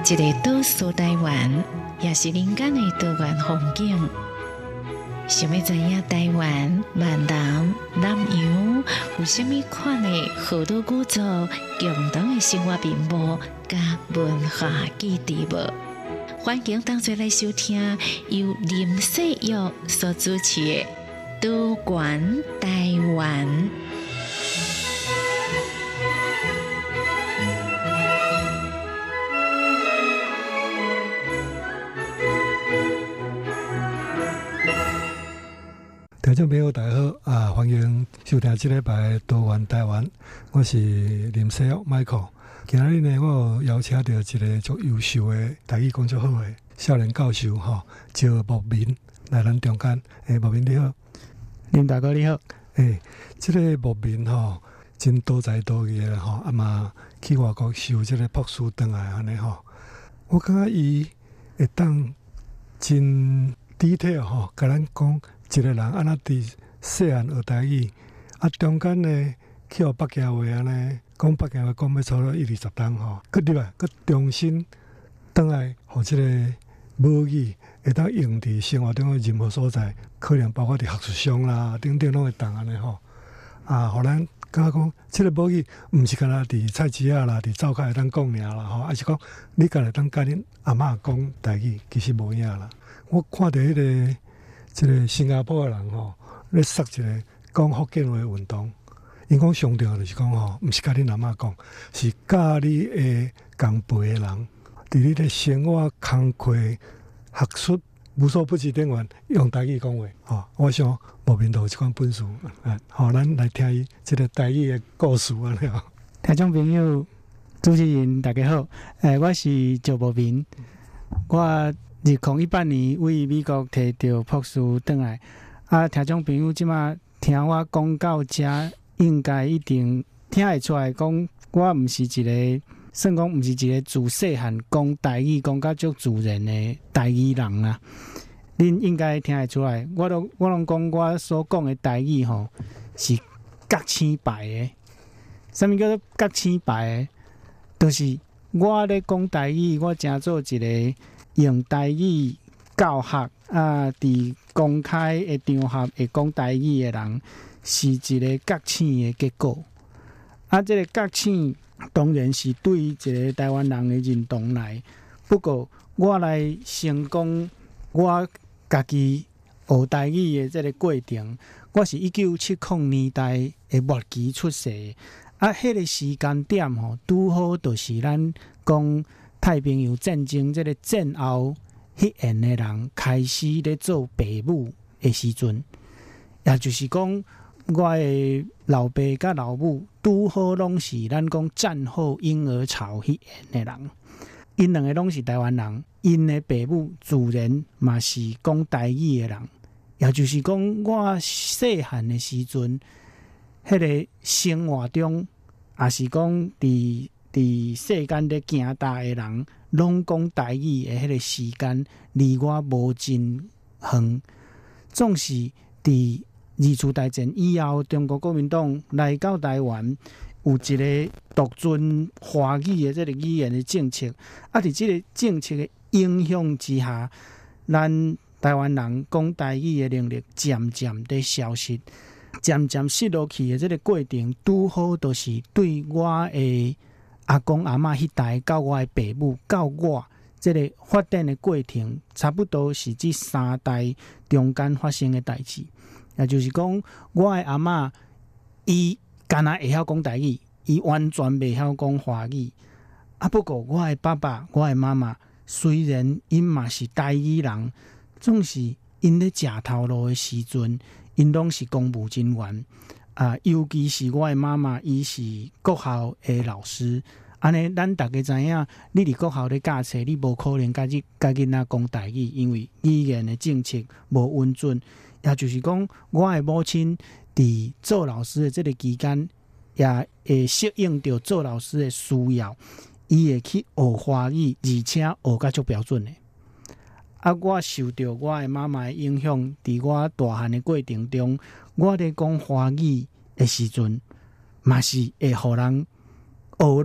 一个岛屿台湾，也是人间的多元风景。想要知影台湾闽南南洋有什么款的好多古早共同的生活面貌甲文化基地无？欢迎同齐来收听由林世玉所主持的《多元台湾》。 听众朋友大家好欢迎收听这礼拜的多元台湾，我是林世玉 Michael。今日呢，我有邀请到一个足优秀的台语讲足好的少年教授赵牧民来咱中间。牧民你好。 林大哥你好。 这个牧民真多才多艺的嘛去外国修这个博士回来安尼我感觉伊会当真 detail 甲咱讲。一个人安那伫细汉学台语，中间呢去学北京话安尼，讲北京话讲要差不多1-20档佮入来，佮重新倒来，互即个母语会当用伫生活中的任何所在，可能包括伫学术上啦，等等拢会当安尼互咱感觉讲，即个母语毋是干那伫菜市仔啦，伫灶骹会当讲尔啦还是讲你家己当甲恁阿嬷讲台语，其实无影啦。我看到迄个。即个新加坡的人咧设一个讲福建话运动，因讲上重要就是讲毋是甲恁阿嬷讲，是教你的同辈的人，伫你的生活、工课、学术无所不至等源，用台语讲话我想牧民都有即款本事咱来听伊即个台语的故事安尼听众朋友、主持人大家好，我是赵牧民，我。2018年为美国摕到博士回来，听众朋友即马听我讲到这，应该一定听会出来，讲我毋是一个，算讲毋是一个自细汉讲台语讲到足自然的台语人啦。恁应该听会出来，我拢讲我所讲的台语是角青白的。什么叫做角青白的？就是我咧讲台语，我真做一个。用台语教学伫公开的场合会讲台语的人，是一个角青的结果。这个角青当然是对一个台湾人的认同来。不过，我来先讲我家己学台语的这个过程。我是1970年代的末期出世的，迄个时间点拄好就是咱讲。太平洋战争这个战后迄end的人开始咧做爸母的时阵，也就是讲，我的老爸甲老母拄好拢是咱讲战后婴儿潮迄end的人，因两个拢是台湾人，因的爸母自然嘛是讲台语的人，也就是讲我细汉的时阵，迄个生活中也是讲伫世间咧行大的人，拢讲台语的迄个时间，离我无真远。总是伫二次大战以后，中国国民党来到台湾，有一个独尊华语的这个语言的政策。伫这个政策的影响之下，咱台湾人讲台语的能力渐渐在消失，渐渐失落去的这个过程，拄好都是对我的。阿公阿嬷迄代到我的爸母到我这个发展的过程，差不多是这3代中间发生的代志。也就是讲，我的阿嬷伊干那会晓讲台语，伊完全袂晓讲华语。不过我的爸爸、我的妈妈，虽然因嘛是台语人，总是因咧食头路的时阵，因拢是公务人员。尤其是我的妈妈，伊是国校的老师。安尼，咱大家知影，你伫国校咧教册，你无可能甲囡仔讲台语，因为语言的政策无稳准。也就是讲，我的母亲伫做老师的这个期间，也会适应到做老师的需要，伊会去学华语，而且学甲足标准的。我受到我的妈妈的影响，伫我大汉的过程中，我咧讲华语的时阵，嘛是会互人学到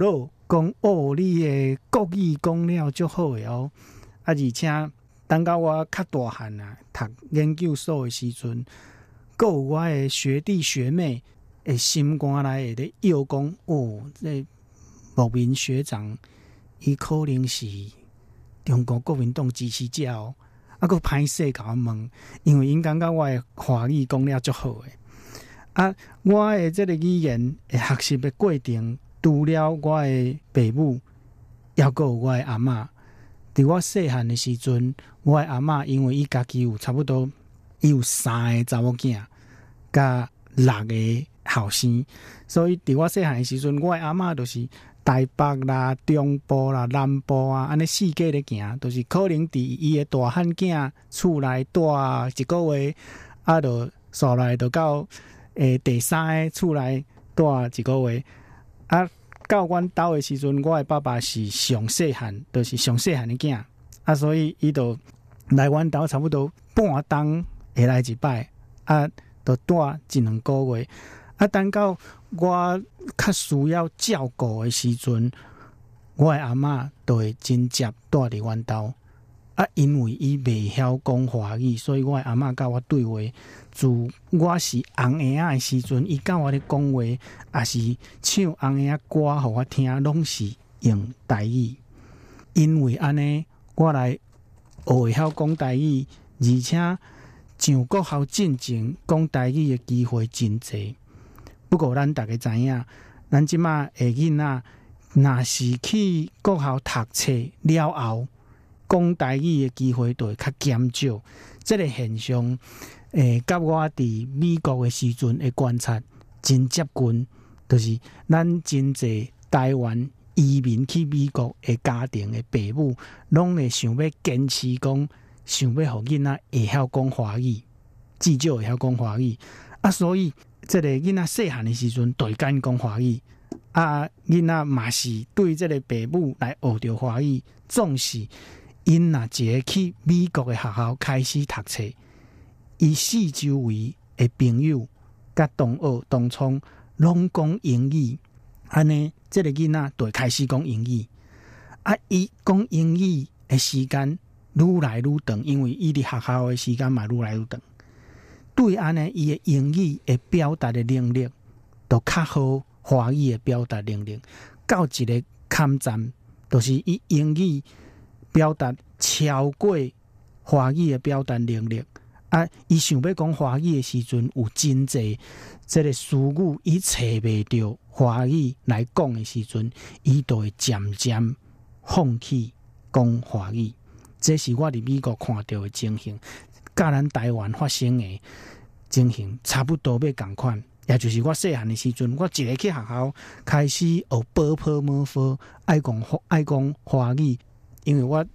讲哦，你的国语讲了足好诶哦，而且等到我较大汉啊，读研究所诶时阵，还有我诶学弟学妹诶心肝内会咧摇讲哦，这牧民学长伊可能是中国国民党支持者哦，啊，佫歹势甲我问，因为因感觉我诶华语讲了足好诶。啊，我诶这个语言诶学习诶过程，除了我诶父母，也佫有我诶阿嬷。伫我细汉诶时阵，我诶阿嬷因为伊家己有差不多，伊有3个查某囝，甲6个后生，所以伫我细汉诶时阵，我诶阿嬷就是台北啦、中部啦、南部啊，安尼四界咧行，就是可能伫伊诶大汉囝厝内住1个月，啊，就煞来就到第3个厝内住1个月，啊，到阮兜的时阵，我的爸爸是上细汉，就是上细汉的囝，啊，所以伊就来阮兜差不多半冬会来一摆，啊，就住1-2个月，啊，等到我较需要照顾的时阵，我的阿嬷就会真接住伫阮兜。啊，因为伊袂晓讲华语，所以我的阿嬷甲我对话。自我是红婴仔的时阵，伊甲我咧讲话，也是唱红婴仔歌互我听，拢是用台语。因为安尼，我来学会晓讲台语，而且上国校进前讲台语的机会真济。不过咱大家知影，咱即马的囡仔，若是去国校读册了后，讲台语的机会就会较减少，这个现象，甲我伫美国的时阵的观察真接近，就是咱真侪台湾移民去美国的家庭的父母，拢会想要坚持讲，想要互囡仔会晓讲华语，至少会晓讲华语啊，所以这个囡仔细汉的时阵，就会敢讲华语啊，囡仔嘛是对这个父母来学着华语，总是。因若一个去美国的学校开始读册，伊四周围的朋友甲同学同窗拢讲英语，安尼这个囡仔就会开始讲英语。啊，伊讲英语的时间愈来愈长，因为伊伫学校的时间嘛愈来愈长。对安尼，伊的英语的表达的能力就较好，华语的表达能力到一个坎站，就是伊英语。表达超过华语的表达能力啊！伊想要讲华语的时阵，有真济这个词语，伊找袂到华语来讲的时阵，伊就会渐渐放弃讲华语。这是我伫美国看到的情形，甲咱台湾发生的情形差不多要同款。也就是我细汉的时阵，我一个去学校开始学波波摸佛，爱讲华语。因为我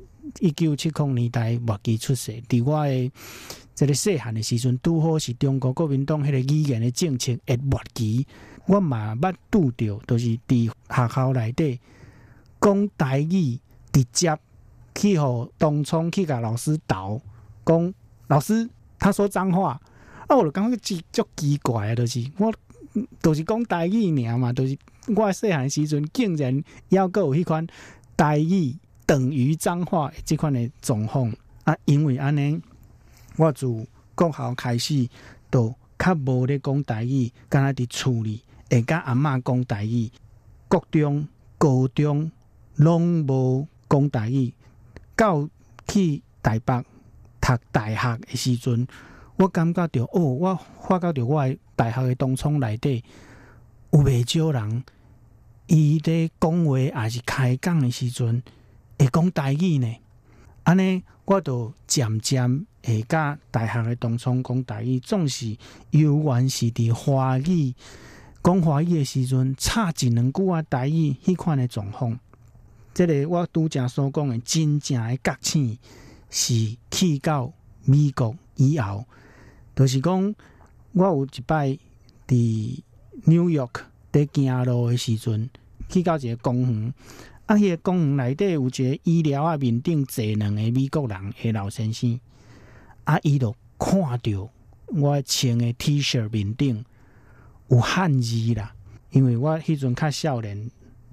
1970年代末期出世，伫我的这个细汉的时阵，拄好是中国国民党迄个语言的政策的末期，我嘛捌拄到，就是伫学校内底讲台语，直接去互当冲去甲老师斗，讲老师他说脏话，啊，我就感觉足奇怪的，就是我就是讲台语尔嘛，就是我细汉的时阵，竟然还佫有迄款台语。等于脏话这款的状况啊，因为安尼，我自国校开始就较无咧讲台语，敢若伫厝里会甲阿嬷讲台语，国中、高中拢无讲台语。到去台北读大学的时阵，我感觉到哦，我发觉到我的大学的同窗内底有袂少人，伊咧讲话也是开讲的时阵。会讲台语呢，安尼我就渐渐会甲大学的同窗讲台语，总是犹原是伫华语讲华语的时阵，差1-2句啊台语迄款的状况。这个我拄则所讲的真正的觉醒，是去到美国以后，就是讲我有一摆伫纽约伫行路的时阵，去到一个公园。啊！迄个公园内底有一个医疗啊，面顶坐2个美国人的老先生，啊，伊就看到我穿的 T 恤面顶有汉字啦，因为我迄阵较少年，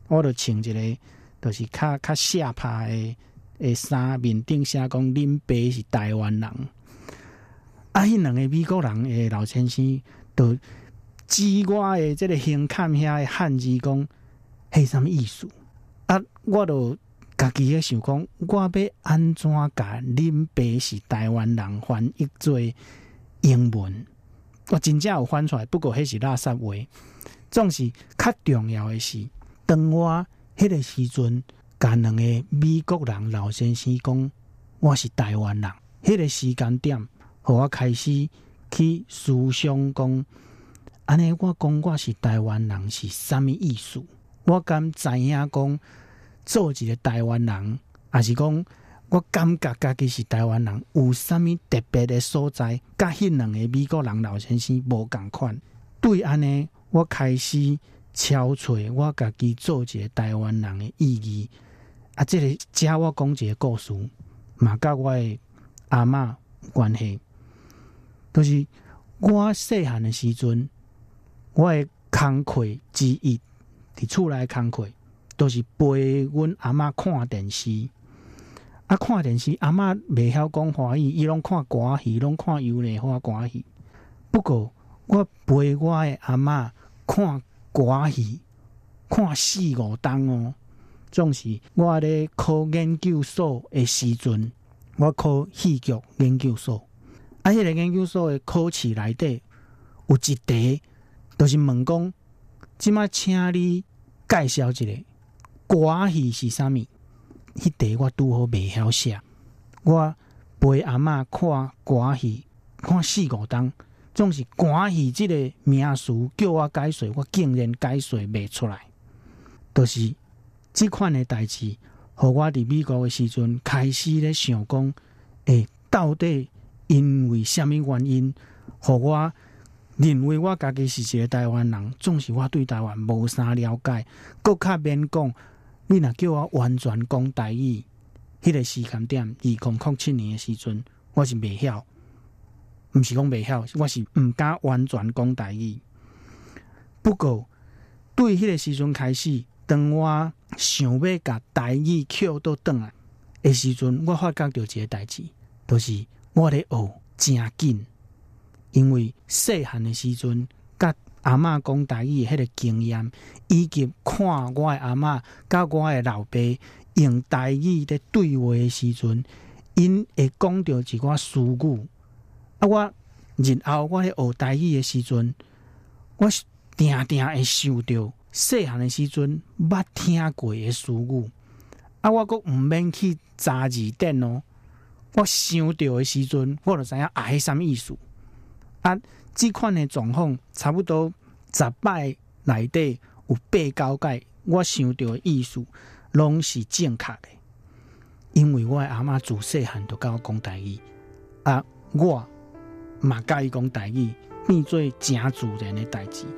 我就穿一个就是较下拍的衫，面顶写讲恁爸是台湾人。啊，迄两个美国人的老先生就指我的这个胸坎遐的汉字讲，迄什么意思？啊，我就家己咧想讲，我要安怎甲恁爸是台湾人翻译做英文？我真正有翻出来，不过迄是垃圾话。总是较重要的是，当我迄个时阵，甲两个美国人老先生讲我是台湾人，迄个时间点，互我开始去思想讲，安尼我讲我是台湾人是啥物意思？我敢知影讲，做一个台湾人，还是讲我感觉家己是台湾人，有啥物特别的所在，甲迄两个美国人老先生无共款。对安尼，我开始敲找我家己做一个台湾人的意义。啊，这个遮我讲一个故事，嘛甲我的阿嬷有关系。就是我细汉的时阵，我的工课之一，伫厝内工课，都是陪阮阿嬷看电视。啊，看电视，阿嬷袂晓讲华语，伊拢看歌戏，拢看油丽花歌戏。不过，我陪我的阿嬷看歌戏，看4-5档哦。总是我咧考研究所的时阵，我考戏剧研究所。啊，迄个研究所的考试内底有一题，就是问讲，即摆请你介绍一个歌戏是啥物？迄题我拄好袂晓写。我陪阿嬷看歌戏，看4-5档，总是歌戏即个名词叫我解说，我竟然解说袂出来。就是即款的代志，互我伫美国的时阵开始咧想讲，到底因为什么原因，互我认为我家己是一个台湾人，总是我对台湾无啥了解，搁较免讲。你若叫我完全讲台语，迄个时间点，2007年的时阵，我是袂晓，毋是讲袂晓，我是毋敢完全讲台语。不过，对迄个时阵开始，当我想要甲台语捡倒转来的时阵，我发觉到一个代志，就是我咧学真紧，因为细汉的时阵，甲阿嬷讲台语的迄个经验，以及看我的阿嬷甲我的老爸用台语咧对话的时阵，因会讲到一寡词语。啊，我日后我咧学台语的时阵，我定定会想到细汉的时阵捌听过的词语。啊，我阁毋免去查字典哦，我想到的时阵，我就知影啊，迄啥物意思。啊，这款的状况差不多10摆内底有8-9摆，我想到的意思拢是正确的，因为我的阿嬷自细汉就甲我讲台语，啊，我嘛甲伊讲台语，变做真自然的代志。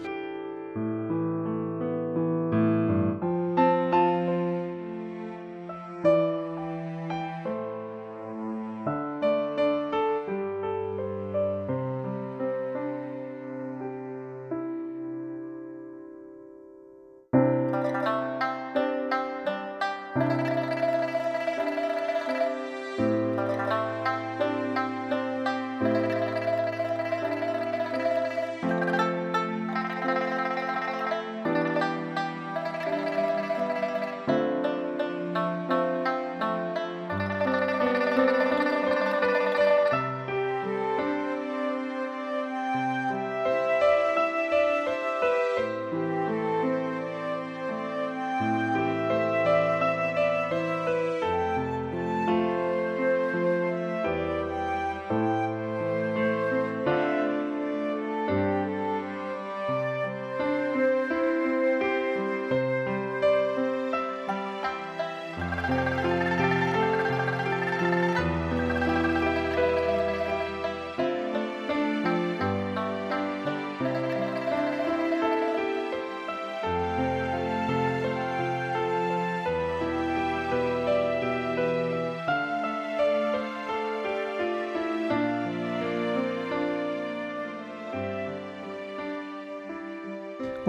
我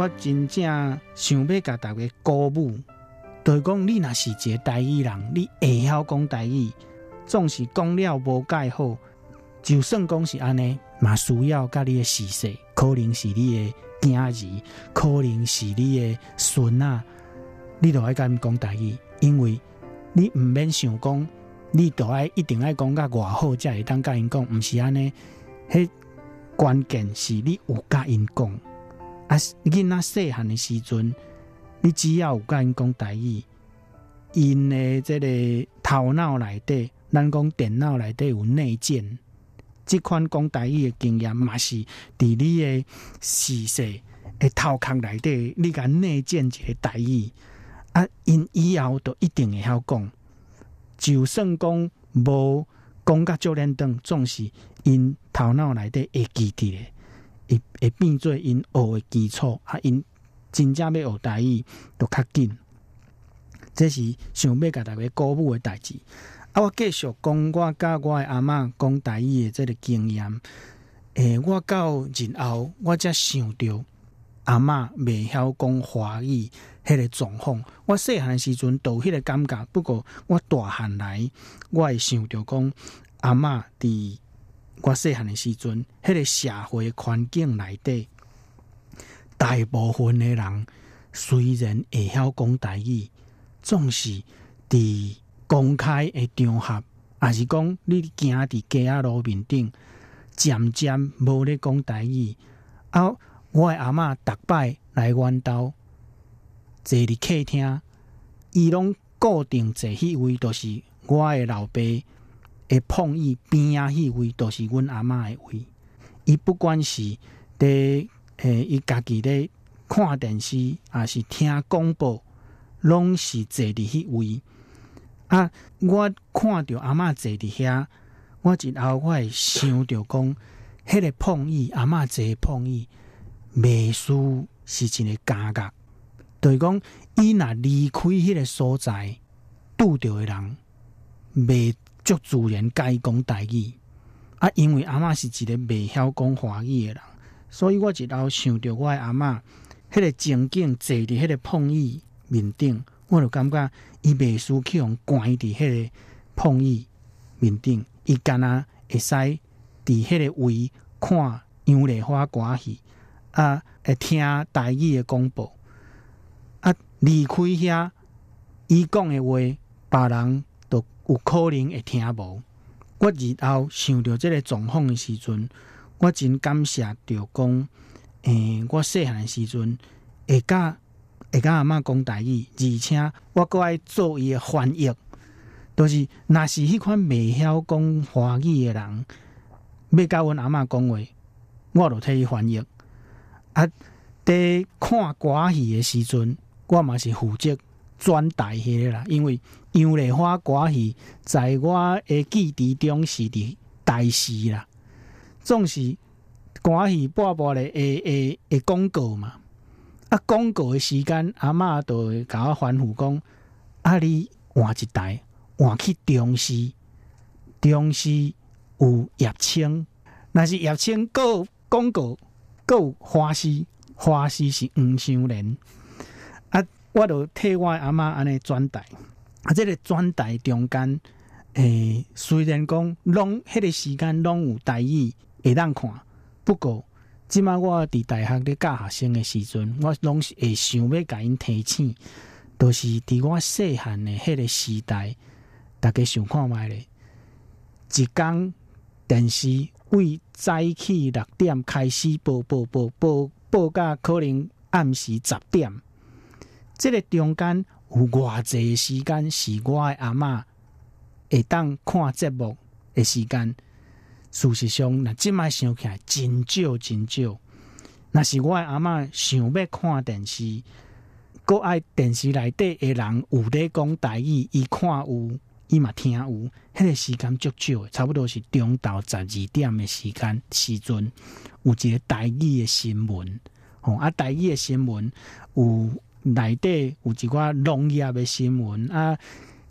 我真正想要甲大家鼓舞，就是讲你若是一个台语人，你会晓讲台语，总是讲了无介好，就算讲是安尼，嘛需要甲你的时势，可能是你的囝儿，可能是你的孙仔，你就爱甲因讲台语，因为你毋免想讲，你就爱一定爱讲甲偌好，才会当甲因讲，毋是安尼。迄关键是你有甲因讲，啊，囡仔细汉的时阵，你只要有甲因讲台语，因的这个头脑内底，咱讲电脑内底有内建，这款讲台语的经验，嘛是伫你的视势的头壳内底，你甲内建一个台语，啊，因以后就一定会晓讲，就算讲无讲甲足连长，总是因头脑内底会记得的，会变做因学的基础，啊，因真正要学台语就较紧。这是想要甲大家鼓舞的代志。啊，我继续讲我甲我的阿嬷讲台语的这个经验。我到日后我才想到阿嬷袂晓讲华语迄个状况。我细汉的时阵都有迄个感觉，不过我大汉来，我会想到讲阿嬷伫我细汉的时阵，迄个社会环境内底，大部分的人虽然会晓讲台语，总是伫公开的场合，也是讲你行伫街仔路面顶，渐渐无咧讲台语。啊，我的阿嬷逐摆来阮兜，坐伫客厅，伊拢固定坐迄位，就是我的老爸的碰椅边仔迄位，就是阮阿嬷的位。伊不管是伫伊家己咧看电视，还是听广播，拢是坐伫迄位。啊！我看到阿嬷坐伫遐，我日后我会想到讲，迄个碰椅阿嬷坐的碰椅，袂输是一个感觉。就是讲，伊若离开迄个所在，拄着的人，袂足自然甲伊讲台语。啊，因为阿嬷是一个袂晓讲华语的人，所以我日后想到我的阿嬷，迄个情景坐伫迄个碰椅面顶。我就感觉伊袂输去用关伫迄个碰椅面顶，伊干那会使伫迄个位看杨丽花歌戏，啊，会听台语的广播，啊，离开遐，伊讲的话，别人都有可能会听无。我日后想到这个状况的时阵，我真感谢着讲，我细汉的时阵会甲阿嬷讲台语，而且我阁爱做伊的翻译，就是若是迄款袂晓讲华语的人，要甲阮阿嬷讲话，我就替伊翻译。啊，伫看歌戏的时阵，我嘛是负责转台迄个啦，因为杨丽花歌戏在我的记忆中是伫台视啦，总是歌戏播的会广告嘛。啊，广告的时间，阿嬷就会甲我吩咐讲：啊，你换一台，换去中视，中视有叶青，若是叶青够广告，够花絮，花絮是黄香莲。啊，我就替我阿嬷安尼转台。啊，这个转台中间，虽然讲拢迄个时间拢有台语会当看，不过。即摆我伫大学咧教学生的时阵，我拢是会想要甲因提醒，就是伫我细汉的迄个时代，大家想看觅咧，一天电视为早起6点开始播到可能暗时10点，这个中间有偌济时间是我的阿嬷会当看节目的时间。事实上，若即摆想起来，真少真少。若是我的阿嬷想要看电视，搁爱电视内底的人有咧讲台语，伊看有，伊嘛听有，迄个时间足少的，差不多是中昼12点的时阵，有一个台语的新闻。啊，台语的新闻有内底有一寡农业的新闻啊，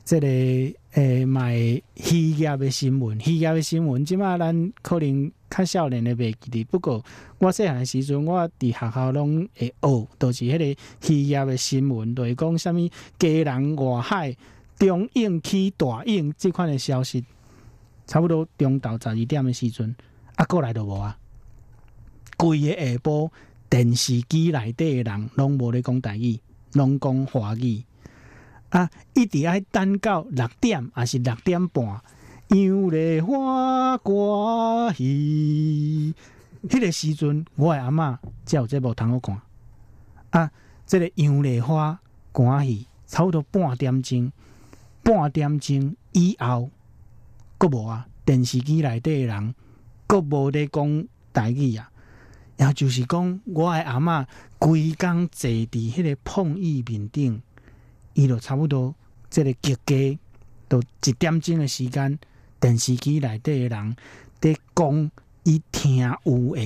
这个卖渔业的新闻，渔业的新闻，即马咱可能较少年的袂记得。不过我细汉的时阵，我伫学校拢会学，就是迄个渔业的新闻，就是讲啥物家人外海中影起大影即款的消息，差不多中昼12点的时阵，过来就无啊。规个下晡电视机内底的人拢无咧讲台语，拢讲华语。一直爱等到6点，还是6点半，杨丽花歌戏，迄个时阵，我的阿嬷才有节目通好看。这个杨丽花歌戏差不多半点钟以后，阁无啊，电视机内底的人阁无咧讲台语啊。也就是讲，我的阿嬷规工坐伫迄个碰椅面顶。伊就差不多，这个剧家都1点钟的时间，电视机内底的人在讲伊听有的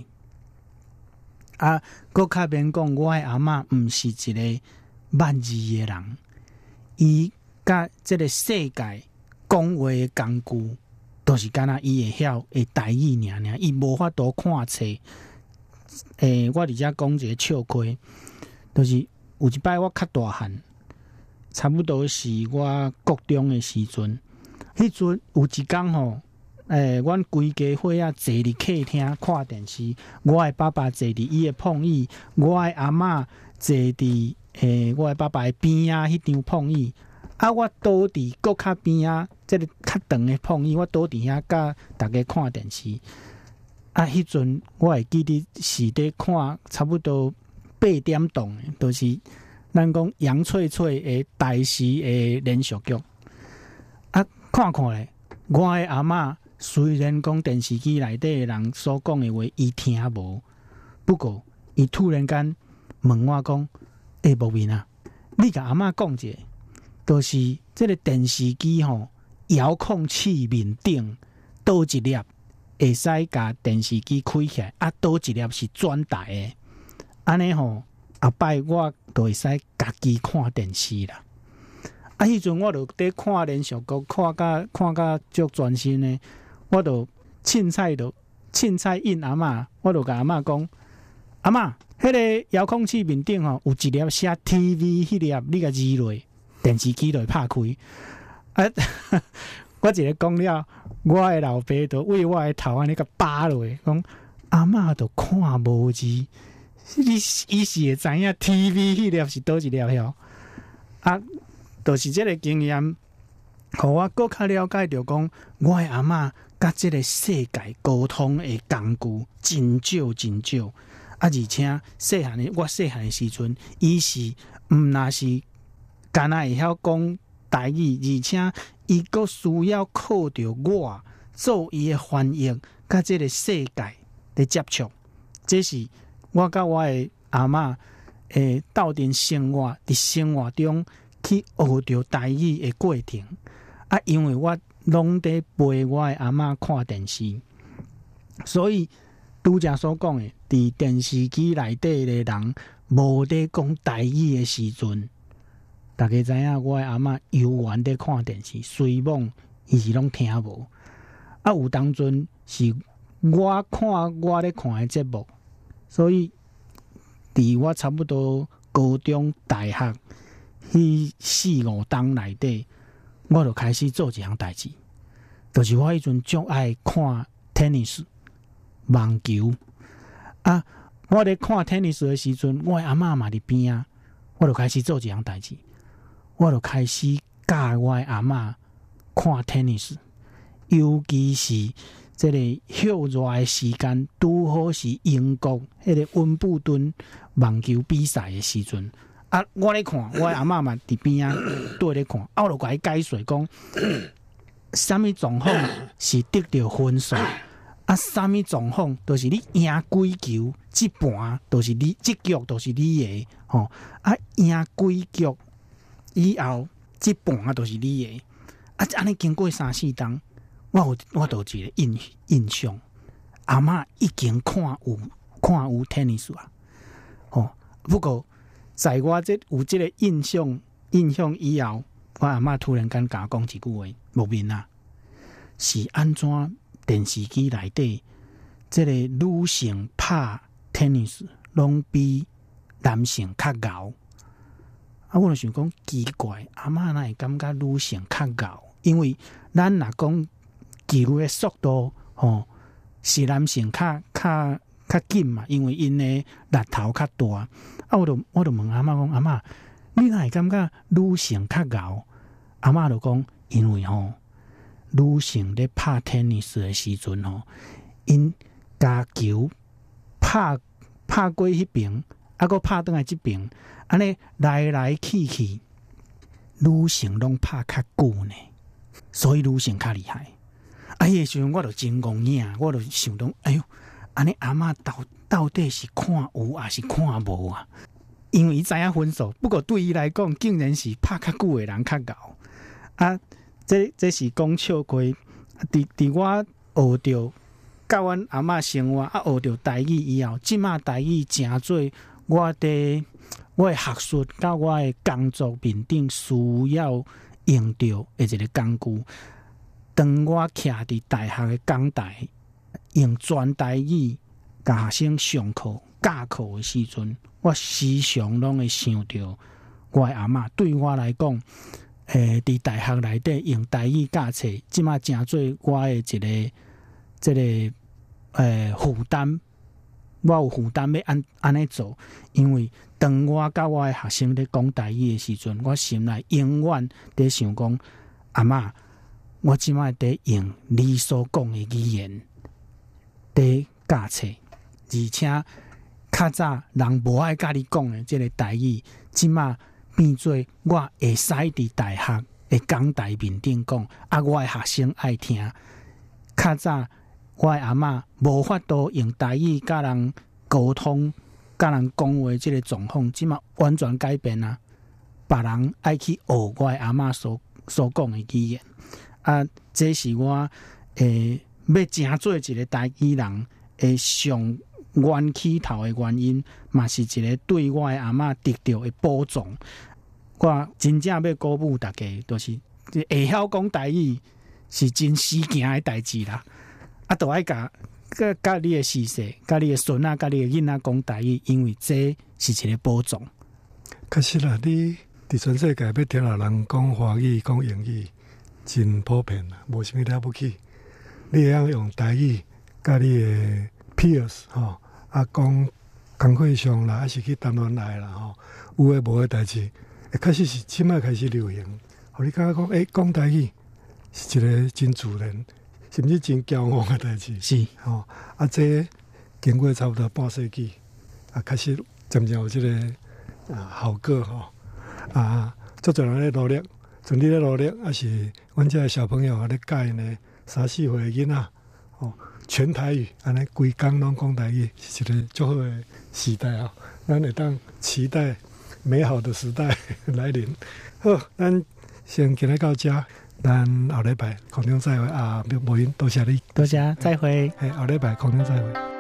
话。搁较免讲，我的阿嬷毋是一个捌字的人，伊甲这个世界讲话的工具，都是敢若伊会晓的台语尔，伊无法度看册。我伫遮讲一个笑话，就是有一摆我较大汉。差不多是我国中的时阵，迄阵有一天吼，阮规家伙仔坐伫客厅看电视，我的爸爸坐伫伊的碰椅，我的阿嬷坐伫我的爸爸的边仔迄张碰椅，我倒伫搁较边仔，即个较长的碰椅，我倒伫遐甲大家看电视。迄阵我会记得是伫看差不多8点档的，都是。咱讲杨翠翠的台视的连续剧，看咧，我的阿嬷虽然讲电视机内底的人所讲的话，伊听无，不过伊突然间问我讲：“无面啊，你甲阿嬷讲者，就是这个电视机吼，遥控器面顶倒一粒会使甲电视机开起来，倒一粒是转台的，安尼吼。”后摆我就会使家己看电视啦。迄阵我就伫看连续剧，看甲足专心的，我就凊彩应阿嬷，我就甲阿嬷讲：阿嬷，迄个遥控器面顶吼有一粒写 TV 迄粒，你甲移落，电视机就会拍开。我一个讲了，我的老爸就为我的头安尼甲扒落，讲阿嬷就看无字。伊是会知影 TV 迄粒是倒一粒晓，就是这个经验，互我更较了解着讲，我的阿嬷甲这个世界沟通的工具真少，而且我细汉的时阵，伊是毋那是干那会晓讲台语，而且伊阁需要靠着我做伊的翻译，甲这个世界的接触，这是。我甲我的阿嬷斗阵生活，伫生活中去学着台语的过程。因为我拢伫陪我的阿嬷看电视，所以拄则所讲的，伫电视机内底的人无伫讲台语的时阵，大家知影我的阿嬷悠远伫看电视，随梦伊是拢听无。有当阵是我看我咧看的节目。所以，伫我差不多高中、大学迄4-5档内底，我就开始做一项代志，就是我迄阵足爱看 tennis 网球。我咧看 tennis 的时阵，我的阿嬷嘛伫边啊，我就开始做一项代志，我就开始教我的阿嬷看 tennis， 尤其是。这个休热的时间，拄好是英国迄个温布顿网球比赛的时阵。我咧看，我阿嬷嘛伫边啊，对咧看。我就甲伊解说讲，什么状况是得到分数，什么状况就是你赢几球，这盘就是你，这局就是你的，吼。赢几局以后，这盘就是你的。安尼经过3-4档。我就有一个印象，阿嬷已经看有 tennis 啊，不过在我有这个印象以后， 我阿嬷突然间甲我讲一句话，无面啊，是安怎电视机内底，这个女性拍 tennis 拢比男性较敖。啊，我就想讲奇怪，阿嬷哪会感觉女性较敖？因为咱若讲技术的速度，是男性较紧嘛，因为因的力头较大。啊，我就问阿嬷讲，阿嬷，你哪会感觉女性较敖？阿嬷就讲，因为女性咧拍 tennis 的时阵因加球拍过迄边，啊，搁拍倒来即边，安尼来去，女性拢拍较久呢，所以女性较厉害。啊，迄个时阵我就真戆影，我就想到，哎哟，安尼阿嬷到底是看有还是看无啊？因为伊知影分数，不过对伊来讲，竟然是拍较久的人较敖。啊，这是讲笑话。伫我学着甲阮阿嬷生活，学着台语以后，即马台语诚做我的学术甲我的工作面顶需要用到的一个工具。当我徛伫大学的讲台，用全台语甲学生上课教课的时阵，我时常拢会想到我的阿嬷。对我来讲，伫大学内底用台语教册，即马诚做我的一个负担。我有负担要安尼做，因为当我甲我的学生咧讲台语的时阵，我心内永远伫想讲，阿嬷，我即马伫用你所讲的语言伫教册，而且较早人无爱甲你讲的即个台语，即马变做我会使伫大学的讲台面顶讲，啊，我的学生爱听。较早我的阿嬷无法度用台语甲人沟通、甲人讲话，即个状况即马完全改变啊！别人爱去学我的阿嬷所讲的语言啊，这是我要成做一个台语人的上源起头的原因，嘛是一个对我的阿嬷得到的保障。我真正要鼓舞大家，就是会晓讲台语是真死行的代志啦。啊，都爱甲你的媳妇、甲你的孙仔、甲你的囡仔讲台语，因为这是一个保障。 确实啦，你伫全世界要听到人讲华语、讲英语，真普遍啦，无啥物了不起。你会晓用台语，甲你的 peers 讲工课上啦，还是去谈恋爱啦有诶无诶代志，确实是即摆开始流行。互你感觉讲，讲台语是一个真自然，甚至真骄傲诶代志。 是这经过差不多半世纪，开始渐渐有即个效果足侪人咧努力，像你咧努力，还是阮遮小朋友咧教呢3、4岁诶囡仔全台语，安尼规工拢讲台语，是一个足好诶时代咱会当期待美好的时代来临。好，咱先今日到这，咱后礼拜空中再会啊！无因多谢你， 多谢，再会。 后礼拜空中再会。